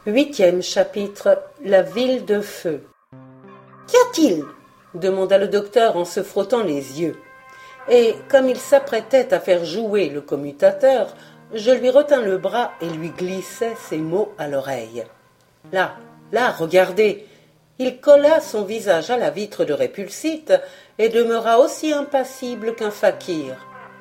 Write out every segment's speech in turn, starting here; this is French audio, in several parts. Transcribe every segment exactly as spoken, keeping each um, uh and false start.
Huitième chapitre. La ville de feu. Qu'y a-t-il? Demanda le docteur en se frottant les yeux. Et comme il s'apprêtait à faire jouer le commutateur, je lui retins le bras et lui glissai ces mots à l'oreille. Là, là, regardez. Il colla son visage à la vitre de Répulsite et demeura aussi impassible qu'un fakir.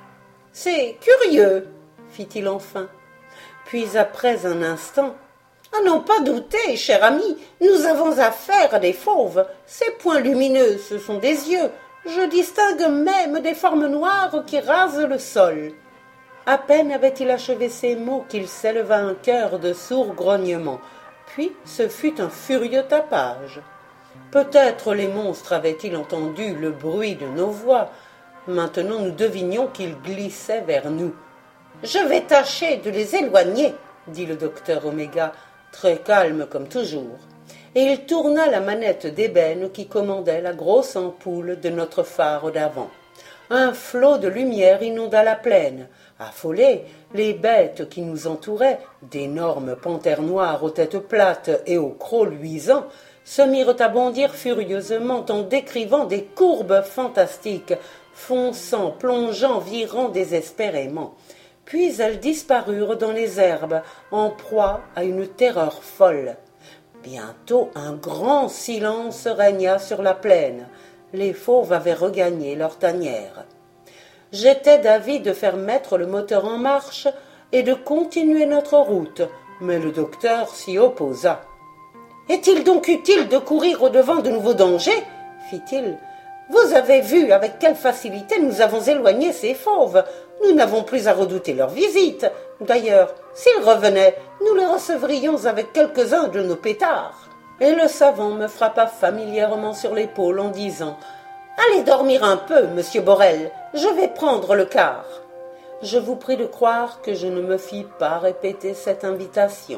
« C'est curieux, fit-il enfin. Puis après un instant, « À n'en pas douter, cher ami, nous avons affaire à des fauves. Ces points lumineux, ce sont des yeux. Je distingue même des formes noires qui rasent le sol. » À peine avait-il achevé ces mots qu'il s'éleva un chœur de sourds grognements. Puis ce fut un furieux tapage. Peut-être les monstres avaient-ils entendu le bruit de nos voix. Maintenant nous devinions qu'ils glissaient vers nous. « Je vais tâcher de les éloigner, » dit le docteur Oméga, très calme comme toujours. Et il tourna la manette d'ébène qui commandait la grosse ampoule de notre phare d'avant. Un flot de lumière inonda la plaine. Affolées, les bêtes qui nous entouraient, d'énormes panthères noires aux têtes plates et aux crocs luisants, se mirent à bondir furieusement en décrivant des courbes fantastiques, fonçant, plongeant, virant désespérément. Puis elles disparurent dans les herbes, en proie à une terreur folle. Bientôt un grand silence régna sur la plaine. Les fauves avaient regagné leur tanière. J'étais d'avis de faire mettre le moteur en marche et de continuer notre route, mais le docteur s'y opposa. « Est-il donc utile de courir au-devant de nouveaux dangers ?» fit-il. « Vous avez vu avec quelle facilité nous avons éloigné ces fauves. Nous n'avons plus à redouter leur visite. D'ailleurs, s'ils revenaient, nous les recevrions avec quelques-uns de nos pétards. » Et le savant me frappa familièrement sur l'épaule en disant « Allez dormir un peu, monsieur Borel, je vais prendre le quart. » Je vous prie de croire que je ne me fis pas répéter cette invitation.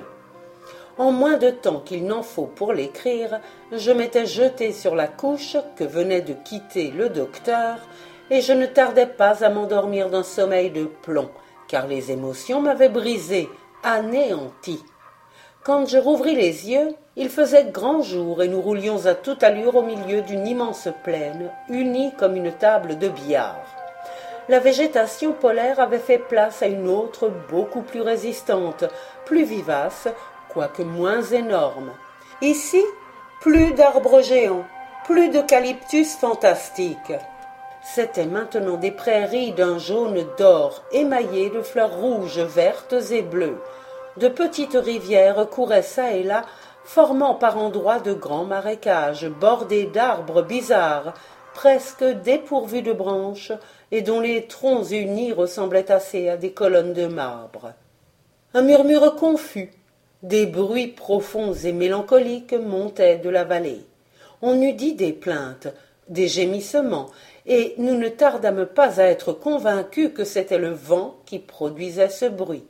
En moins de temps qu'il n'en faut pour l'écrire, je m'étais jeté sur la couche que venait de quitter le docteur, et je ne tardais pas à m'endormir d'un sommeil de plomb, car les émotions m'avaient brisé, anéanti. Quand je rouvris les yeux, il faisait grand jour et nous roulions à toute allure au milieu d'une immense plaine, unie comme une table de billard. La végétation polaire avait fait place à une autre beaucoup plus résistante, plus vivace, quoique moins énorme. Ici, plus d'arbres géants, plus d'eucalyptus fantastiques. C'étaient maintenant des prairies d'un jaune d'or émaillées de fleurs rouges, vertes et bleues. De petites rivières couraient çà et là, formant par endroits de grands marécages, bordés d'arbres bizarres, presque dépourvus de branches, et dont les troncs unis ressemblaient assez à des colonnes de marbre. Un murmure confus, des bruits profonds et mélancoliques montaient de la vallée. On eût dit des plaintes, des gémissements, et nous ne tardâmes pas à être convaincus que c'était le vent qui produisait ce bruit.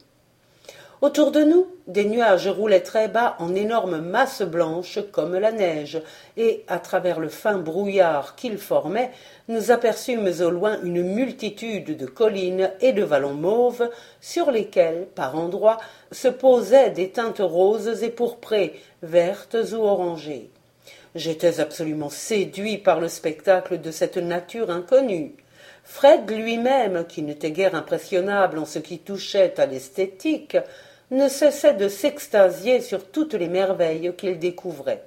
Autour de nous, des nuages roulaient très bas en énormes masses blanches comme la neige, et, à travers le fin brouillard qu'ils formaient, nous aperçûmes au loin une multitude de collines et de vallons mauves, sur lesquels, par endroits, se posaient des teintes roses et pourprées, vertes ou orangées. J'étais absolument séduit par le spectacle de cette nature inconnue. Fred lui-même, qui n'était guère impressionnable en ce qui touchait à l'esthétique, ne cessait de s'extasier sur toutes les merveilles qu'il découvrait.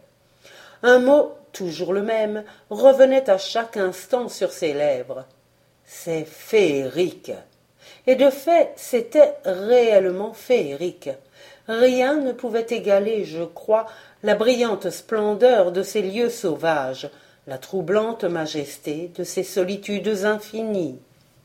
Un mot, toujours le même, revenait à chaque instant sur ses lèvres. C'est féerique. Et de fait, c'était réellement féerique. Rien ne pouvait égaler, je crois, la brillante splendeur de ces lieux sauvages, la troublante majesté de ces solitudes infinies.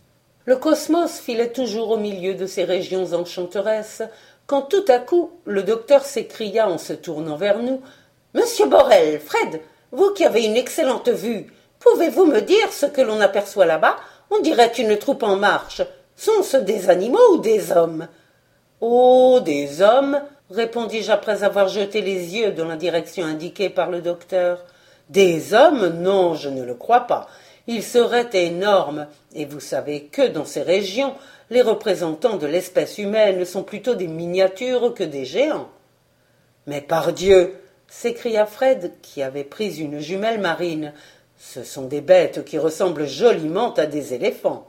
Le cosmos filait toujours au milieu de ces régions enchanteresses, quand tout à coup le docteur s'écria en se tournant vers nous « Monsieur Borel, Fred, vous qui avez une excellente vue, pouvez-vous me dire ce que l'on aperçoit là-bas? On dirait une troupe en marche. Sont-ce des animaux ou des hommes ?»« Oh, des hommes !» répondis-je après avoir jeté les yeux dans la direction indiquée par le docteur. « Des hommes? Non, je ne le crois pas. Ils seraient énormes, et vous savez que dans ces régions, les représentants de l'espèce humaine sont plutôt des miniatures que des géants. » Mais pardieu, s'écria Fred, qui avait pris une jumelle marine, ce sont des bêtes qui ressemblent joliment à des éléphants.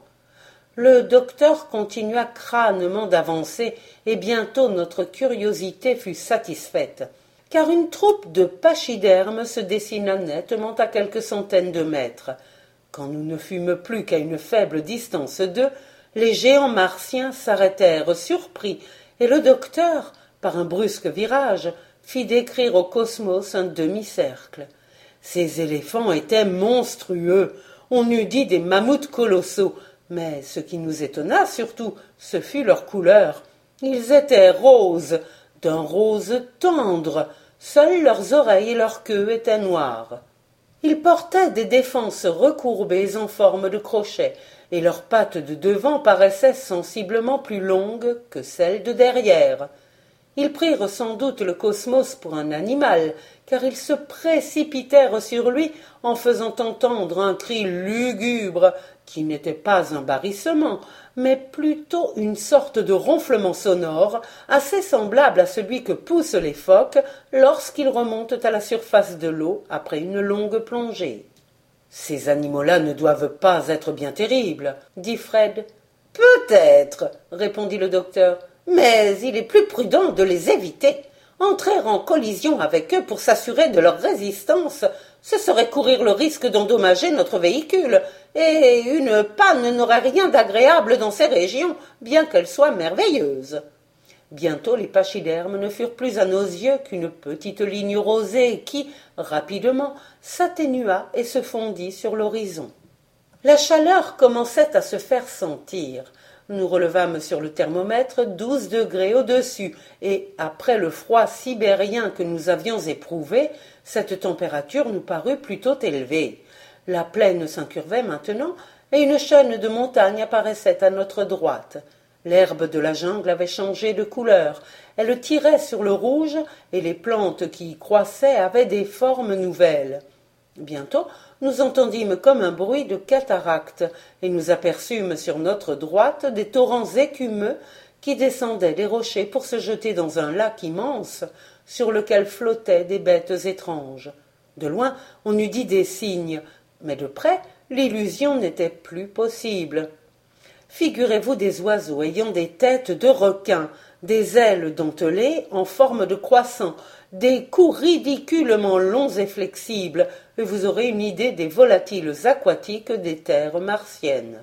Le docteur continua crânement d'avancer, et bientôt notre curiosité fut satisfaite, car une troupe de pachydermes se dessina nettement à quelques centaines de mètres. Quand nous ne fûmes plus qu'à une faible distance d'eux, les géants martiens s'arrêtèrent surpris, et le docteur, par un brusque virage, fit décrire au cosmos un demi-cercle. Ces éléphants étaient monstrueux, on eût dit des mammouths colossaux, mais ce qui nous étonna surtout, ce fut leur couleur. Ils étaient roses, d'un rose tendre, seules leurs oreilles et leur queue étaient noires. Ils portaient des défenses recourbées en forme de crochet, et leurs pattes de devant paraissaient sensiblement plus longues que celles de derrière. Ils prirent sans doute le cosmos pour un animal, car ils se précipitèrent sur lui en faisant entendre un cri lugubre qui n'était pas un barrissement, mais plutôt une sorte de ronflement sonore assez semblable à celui que poussent les phoques lorsqu'ils remontent à la surface de l'eau après une longue plongée. « Ces animaux-là ne doivent pas être bien terribles, » dit Fred. « Peut-être, » répondit le docteur, « mais il est plus prudent de les éviter. Entrer en collision avec eux pour s'assurer de leur résistance, ce serait courir le risque d'endommager notre véhicule, et une panne n'aurait rien d'agréable dans ces régions, bien qu'elles soient merveilleuses. » Bientôt les pachydermes ne furent plus à nos yeux qu'une petite ligne rosée qui, rapidement, s'atténua et se fondit sur l'horizon. La chaleur commençait à se faire sentir. Nous relevâmes sur le thermomètre douze degrés au-dessus, et, après le froid sibérien que nous avions éprouvé, cette température nous parut plutôt élevée. La plaine s'incurvait maintenant, et une chaîne de montagnes apparaissait à notre droite. L'herbe de la jungle avait changé de couleur, elle tirait sur le rouge, et les plantes qui y croissaient avaient des formes nouvelles. Bientôt, nous entendîmes comme un bruit de cataracte, et nous aperçûmes sur notre droite des torrents écumeux qui descendaient des rochers pour se jeter dans un lac immense sur lequel flottaient des bêtes étranges. De loin, on eût dit des cygnes, mais de près, l'illusion n'était plus possible. Figurez-vous des oiseaux ayant des têtes de requins, des ailes dentelées en forme de croissant, des coups ridiculement longs et flexibles, et vous aurez une idée des volatiles aquatiques des terres martiennes.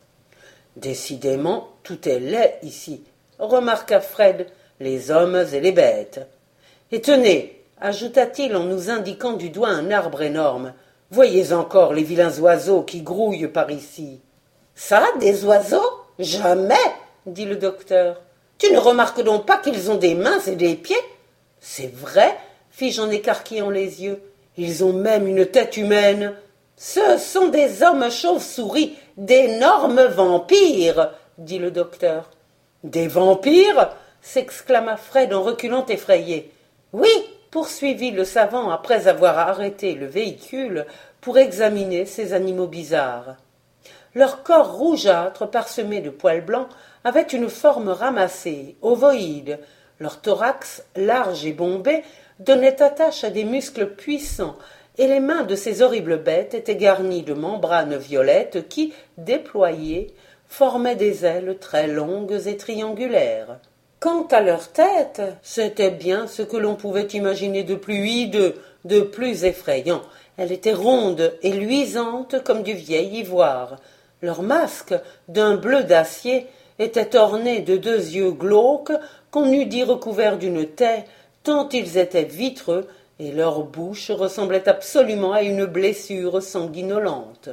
Décidément, tout est laid ici, remarqua Fred, les hommes et les bêtes. Et tenez, ajouta-t-il en nous indiquant du doigt un arbre énorme, voyez encore les vilains oiseaux qui grouillent par ici. Ça, des oiseaux? Jamais, dit le docteur. Tu ne remarques donc pas qu'ils ont des mains et des pieds? C'est vrai, fis-je en écarquillant les yeux. Ils ont même une tête humaine. Ce sont des hommes chauves-souris, d'énormes vampires, dit le docteur. Des vampires? S'exclama Fred en reculant effrayé. Oui, poursuivit le savant après avoir arrêté le véhicule pour examiner ces animaux bizarres. Leur corps rougeâtre, parsemé de poils blancs, avait une forme ramassée, ovoïde. Leur thorax, large et bombé, donnait attache à des muscles puissants, et les mains de ces horribles bêtes étaient garnies de membranes violettes qui, déployées, formaient des ailes très longues et triangulaires. Quant à leur tête, c'était bien ce que l'on pouvait imaginer de plus hideux, de plus effrayant. Elle était ronde et luisante comme du vieil ivoire. Leur masque, d'un bleu d'acier, était orné de deux yeux glauques qu'on eût dit recouverts d'une taie, tant ils étaient vitreux, et leur bouche ressemblait absolument à une blessure sanguinolente.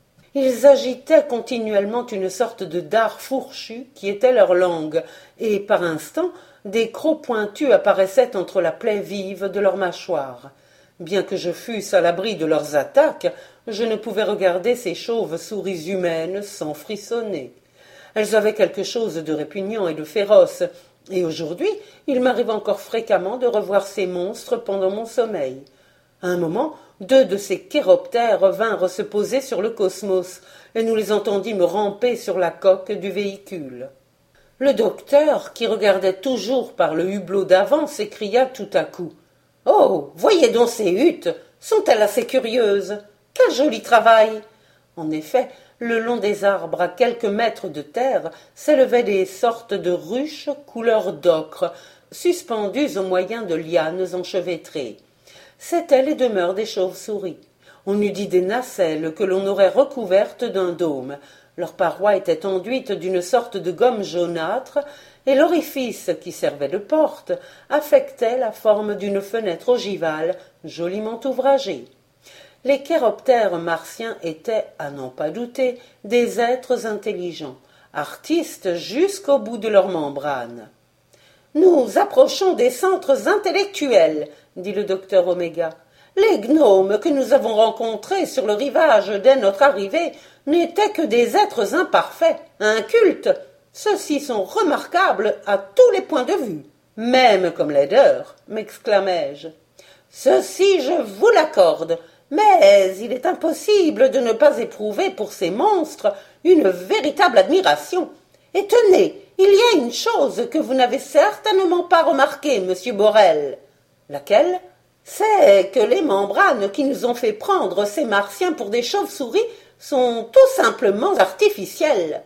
Ils agitaient continuellement une sorte de dard fourchu qui était leur langue, et par instants des crocs pointus apparaissaient entre la plaie vive de leurs mâchoires. Bien que je fusse à l'abri de leurs attaques, je ne pouvais regarder ces chauves-souris humaines sans frissonner. Elles avaient quelque chose de répugnant et de féroce, et aujourd'hui il m'arrive encore fréquemment de revoir ces monstres pendant mon sommeil. À un moment, deux de ces chéroptères vinrent se poser sur le cosmos, et nous les entendîmes ramper sur la coque du véhicule. Le docteur, qui regardait toujours par le hublot d'avant, s'écria tout à coup. « Oh, voyez donc ces huttes! Sont-elles assez curieuses? Quel joli travail !» En effet, le long des arbres, à quelques mètres de terre, s'élevaient des sortes de ruches couleur d'ocre, suspendues au moyen de lianes enchevêtrées. C'étaient les demeures des chauves-souris. On eût dit des nacelles que l'on aurait recouvertes d'un dôme. Leurs parois étaient enduites d'une sorte de gomme jaunâtre, et l'orifice qui servait de porte affectait la forme d'une fenêtre ogivale joliment ouvragée. Les chiroptères martiens étaient, à n'en pas douter, des êtres intelligents, artistes jusqu'au bout de leurs membranes. « Nous approchons des centres intellectuels, » dit le docteur Oméga. « Les gnomes que nous avons rencontrés sur le rivage dès notre arrivée n'étaient que des êtres imparfaits, incultes. Ceux-ci sont remarquables à tous les points de vue, même comme laideurs, m'exclamai-je. Ceci, je vous l'accorde, mais il est impossible de ne pas éprouver pour ces monstres une véritable admiration. Et tenez, il y a une chose que vous n'avez certainement pas remarquée, monsieur Borel. Laquelle? C'est que les membranes qui nous ont fait prendre ces martiens pour des chauves-souris sont tout simplement artificielles.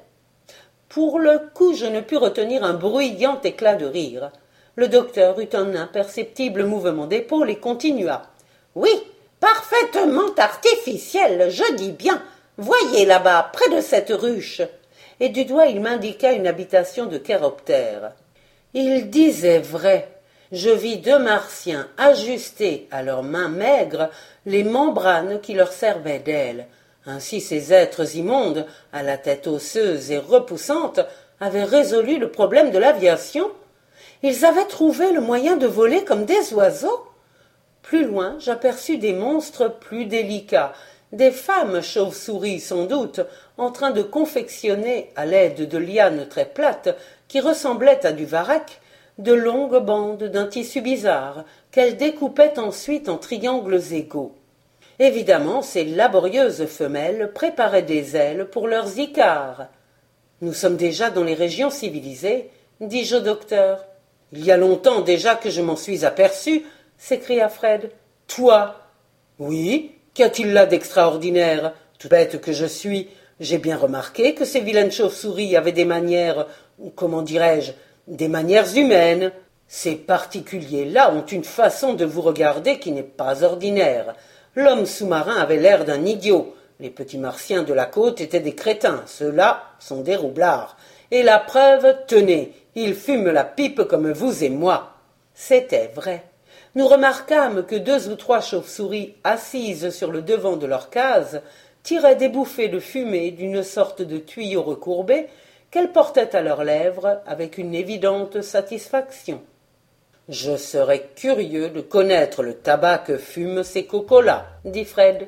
Pour le coup, je ne pus retenir un bruyant éclat de rire. Le docteur eut un imperceptible mouvement d'épaule et continua. « Oui, parfaitement artificielle, je dis bien. Voyez là-bas, près de cette ruche. » Et du doigt il m'indiqua une habitation de chiroptères. Il disait vrai. Je vis deux martiens ajuster à leurs mains maigres les membranes qui leur servaient d'ailes. Ainsi ces êtres immondes, à la tête osseuse et repoussante, avaient résolu le problème de l'aviation. Ils avaient trouvé le moyen de voler comme des oiseaux. Plus loin, j'aperçus des monstres plus délicats, des femmes chauves-souris sans doute, en train de confectionner, à l'aide de lianes très plates, qui ressemblaient à du varech, de longues bandes d'un tissu bizarre, qu'elles découpaient ensuite en triangles égaux. Évidemment, ces laborieuses femelles préparaient des ailes pour leurs icars. « Nous sommes déjà dans les régions civilisées, » dis-je au docteur. « Il y a longtemps déjà que je m'en suis aperçu, » s'écria Fred. « Toi ?»« Oui, qu'y a-t-il là d'extraordinaire? Tout bête que je suis, j'ai bien remarqué que ces vilaines chauves-souris avaient des manières, comment dirais-je, des manières humaines. Ces particuliers-là ont une façon de vous regarder qui n'est pas ordinaire. L'homme sous-marin avait l'air d'un idiot. Les petits martiens de la côte étaient des crétins. Ceux-là sont des roublards. Et la preuve, tenez, ils fument la pipe comme vous et moi. » C'était vrai. Nous remarquâmes que deux ou trois chauves-souris assises sur le devant de leur case tiraient des bouffées de fumée d'une sorte de tuyau recourbé qu'elles portaient à leurs lèvres avec une évidente satisfaction. « Je serais curieux de connaître le tabac que fument ces cocos-là, » dit Fred.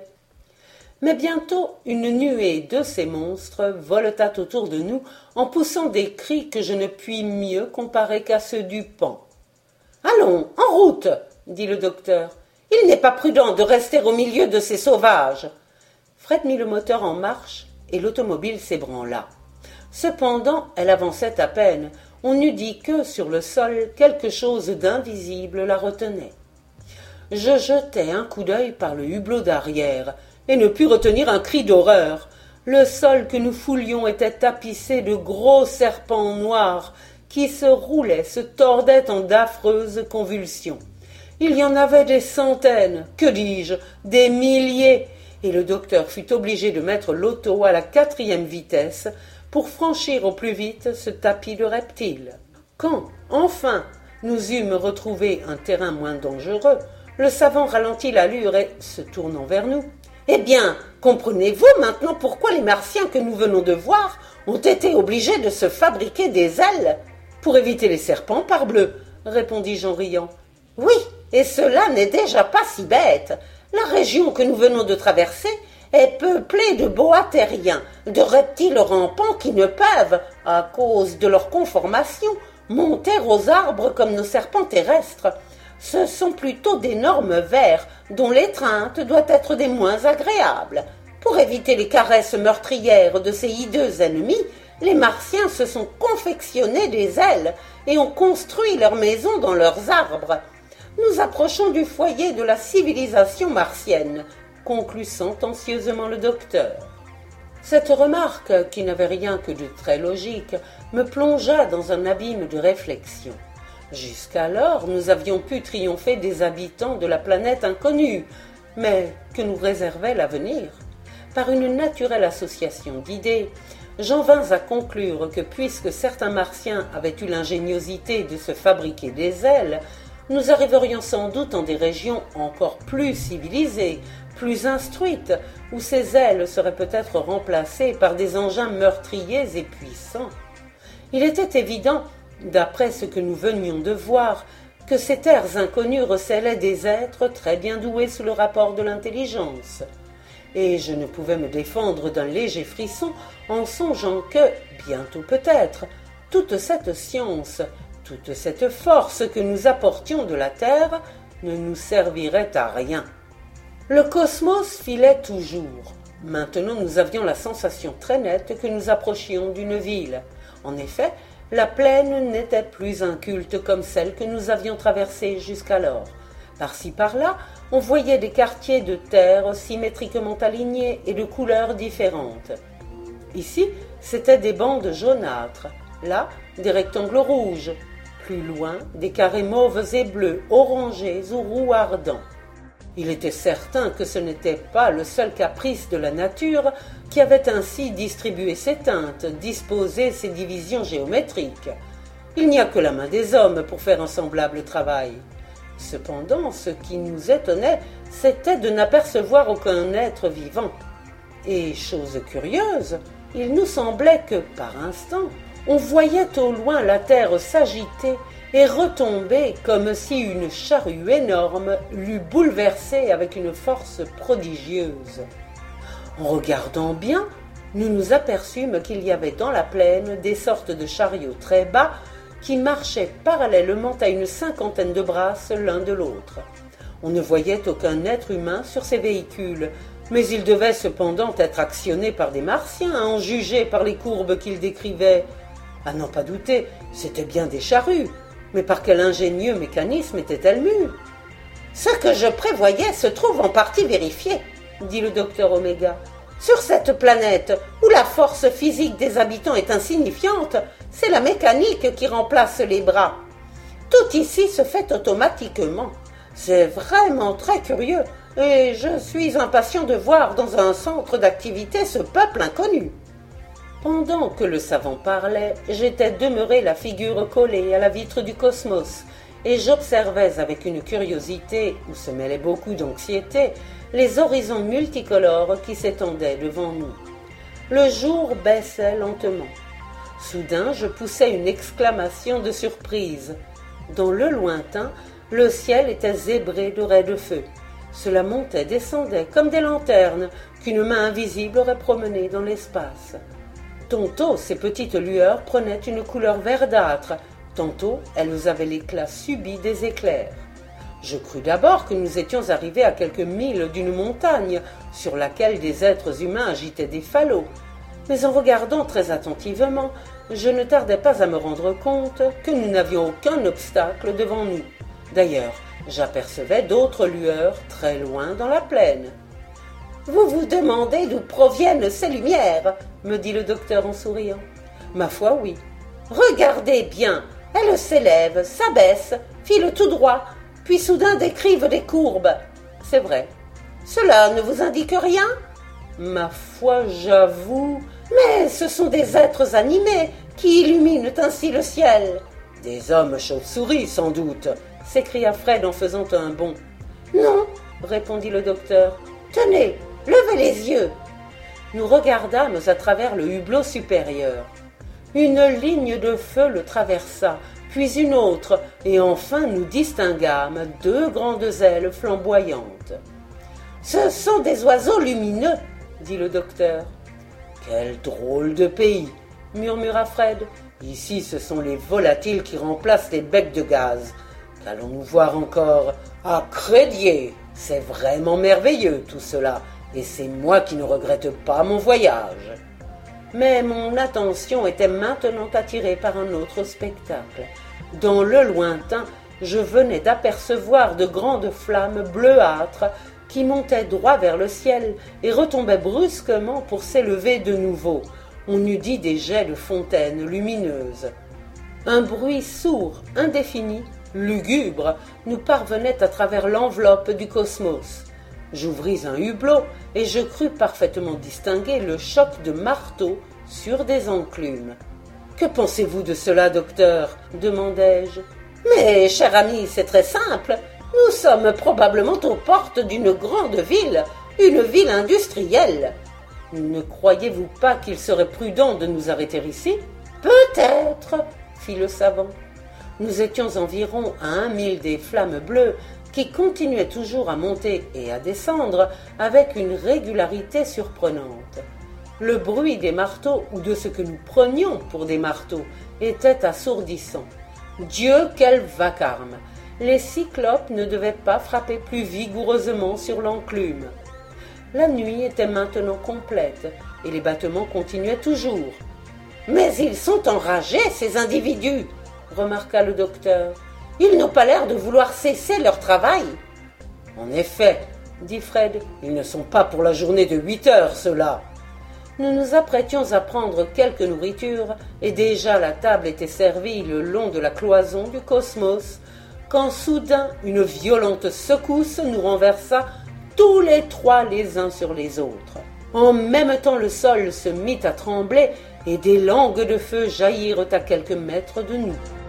Mais bientôt une nuée de ces monstres voleta autour de nous en poussant des cris que je ne puis mieux comparer qu'à ceux du Pan. « Allons, en route !» dit le docteur. « Il n'est pas prudent de rester au milieu de ces sauvages. » Fred mit le moteur en marche et l'automobile s'ébranla. Cependant, elle avançait à peine. On eût dit que, sur le sol, quelque chose d'invisible la retenait. Je jetai un coup d'œil par le hublot d'arrière et ne pus retenir un cri d'horreur. Le sol que nous foulions était tapissé de gros serpents noirs qui se roulaient, se tordaient en d'affreuses convulsions. Il y en avait des centaines, que dis-je, des milliers, et le docteur fut obligé de mettre l'auto à la quatrième vitesse pour franchir au plus vite ce tapis de reptiles. Quand, enfin, nous eûmes retrouvé un terrain moins dangereux, le savant ralentit l'allure et, se tournant vers nous, « Eh bien, comprenez-vous maintenant pourquoi les Martiens que nous venons de voir ont été obligés de se fabriquer des ailes? »« Pour éviter les serpents, parbleu, » répondis-je en riant. « Oui, et cela n'est déjà pas si bête. La région que nous venons de traverser est peuplée de boa terriens, de reptiles rampants qui ne peuvent, à cause de leur conformation, monter aux arbres comme nos serpents terrestres. Ce sont plutôt d'énormes vers, dont l'étreinte doit être des moins agréables. Pour éviter les caresses meurtrières de ces hideux ennemis, Les Martiens se sont confectionnés des ailes et ont construit leurs maisons dans leurs arbres. Nous approchons du foyer de la civilisation martienne, conclut sentencieusement le docteur. Cette remarque, qui n'avait rien que de très logique, me plongea dans un abîme de réflexion. Jusqu'alors, nous avions pu triompher des habitants de la planète inconnue, mais que nous réservait l'avenir? Par une naturelle association d'idées, j'en vins à conclure que puisque certains Martiens avaient eu l'ingéniosité de se fabriquer des ailes, nous arriverions sans doute en des régions encore plus civilisées, plus instruites, où ces ailes seraient peut-être remplacées par des engins meurtriers et puissants. Il était évident, d'après ce que nous venions de voir, que ces terres inconnues recélaient des êtres très bien doués sous le rapport de l'intelligence. Et je ne pouvais me défendre d'un léger frisson en songeant que, bientôt peut-être, toute cette science, toute cette force que nous apportions de la Terre ne nous servirait à rien. Le cosmos filait toujours. Maintenant nous avions la sensation très nette que nous approchions d'une ville. En effet, la plaine n'était plus inculte comme celle que nous avions traversée jusqu'alors. Par-ci par-là, on voyait des quartiers de terre symétriquement alignés et de couleurs différentes. Ici, c'étaient des bandes jaunâtres, là, des rectangles rouges, plus loin, des carrés mauves et bleus, orangés ou roux ardents. Il était certain que ce n'était pas le seul caprice de la nature qui avait ainsi distribué ses teintes, disposé ses divisions géométriques. Il n'y a que la main des hommes pour faire un semblable travail. Cependant, ce qui nous étonnait, c'était de n'apercevoir aucun être vivant. Et, chose curieuse, il nous semblait que, par instant, on voyait au loin la terre s'agiter et retomber comme si une charrue énorme l'eût bouleversée avec une force prodigieuse. En regardant bien, nous nous aperçûmes qu'il y avait dans la plaine des sortes de chariots très bas qui marchaient parallèlement à une cinquantaine de brasses l'un de l'autre. On ne voyait aucun être humain sur ces véhicules, mais ils devaient cependant être actionnés par des Martiens, à en juger par les courbes qu'ils décrivaient. À n'en pas douter, c'étaient bien des charrues, mais par quel ingénieux mécanisme étaient-elles mues? Ce que je prévoyais se trouve en partie vérifié, dit le docteur Oméga. Sur cette planète, où la force physique des habitants est insignifiante, c'est la mécanique qui remplace les bras. Tout ici se fait automatiquement. C'est vraiment très curieux, et je suis impatient de voir dans un centre d'activité ce peuple inconnu. Pendant que le savant parlait, j'étais demeuré la figure collée à la vitre du cosmos, et j'observais avec une curiosité où se mêlait beaucoup d'anxiété les horizons multicolores qui s'étendaient devant nous. Le jour baissait lentement. Soudain, je poussai une exclamation de surprise. Dans le lointain, le ciel était zébré de raies de feu. Cela montait, descendait, comme des lanternes qu'une main invisible aurait promenées dans l'espace. Tantôt, ces petites lueurs prenaient une couleur verdâtre, tantôt, elles avaient l'éclat subit des éclairs. Je crus d'abord que nous étions arrivés à quelques milles d'une montagne sur laquelle des êtres humains agitaient des falots, mais en regardant très attentivement, je ne tardai pas à me rendre compte que nous n'avions aucun obstacle devant nous. D'ailleurs, j'apercevais d'autres lueurs très loin dans la plaine. « Vous vous demandez d'où proviennent ces lumières ?» me dit le docteur en souriant. « Ma foi, oui. Regardez bien, elles s'élèvent, s'abaissent, filent tout droit, puis soudain décrivent des courbes. C'est vrai. Cela ne vous indique rien ? Ma foi, j'avoue. Mais ce sont des êtres animés qui illuminent ainsi le ciel. Des hommes chauves-souris, sans doute, s'écria Fred en faisant un bond. Non, répondit le docteur. Tenez, levez les yeux. Nous regardâmes à travers le hublot supérieur. Une ligne de feu le traversa, puis une autre, et enfin nous distinguâmes deux grandes ailes flamboyantes. « Ce sont des oiseaux lumineux, » dit le docteur. « Quel drôle de pays, » murmura Fred. « Ici, ce sont les volatiles qui remplacent les becs de gaz. Qu'allons-nous voir encore? Ah, crédier! C'est vraiment merveilleux tout cela, et c'est moi qui ne regrette pas mon voyage. » mais mon attention était maintenant attirée par un autre spectacle. Dans le lointain, je venais d'apercevoir de grandes flammes bleuâtres qui montaient droit vers le ciel et retombaient brusquement pour s'élever de nouveau. On eût dit des jets de fontaines lumineuses. Un bruit sourd, indéfini, lugubre, nous parvenait à travers l'enveloppe du cosmos. J'ouvris un hublot et je crus parfaitement distinguer le choc de marteaux sur des enclumes. « Que pensez-vous de cela, docteur ?» demandai-je. « Mais, cher ami, c'est très simple. Nous sommes probablement aux portes d'une grande ville, une ville industrielle. Ne croyez-vous pas qu'il serait prudent de nous arrêter ici ? » « Peut-être, » fit le savant. Nous étions environ à un mille des flammes bleues qui continuaient toujours à monter et à descendre avec une régularité surprenante. Le bruit des marteaux, ou de ce que nous prenions pour des marteaux, était assourdissant. Dieu, quel vacarme! Les cyclopes ne devaient pas frapper plus vigoureusement sur l'enclume. La nuit était maintenant complète, et les battements continuaient toujours. « Mais ils sont enragés, ces individus !» remarqua le docteur. « Ils n'ont pas l'air de vouloir cesser leur travail. »« En effet, » dit Fred, « ils ne sont pas pour la journée de huit heures, ceux-là. » Nous nous apprêtions à prendre quelque nourriture, et déjà la table était servie le long de la cloison du cosmos, quand soudain une violente secousse nous renversa tous les trois les uns sur les autres. En même temps le sol se mit à trembler, et des langues de feu jaillirent à quelques mètres de nous.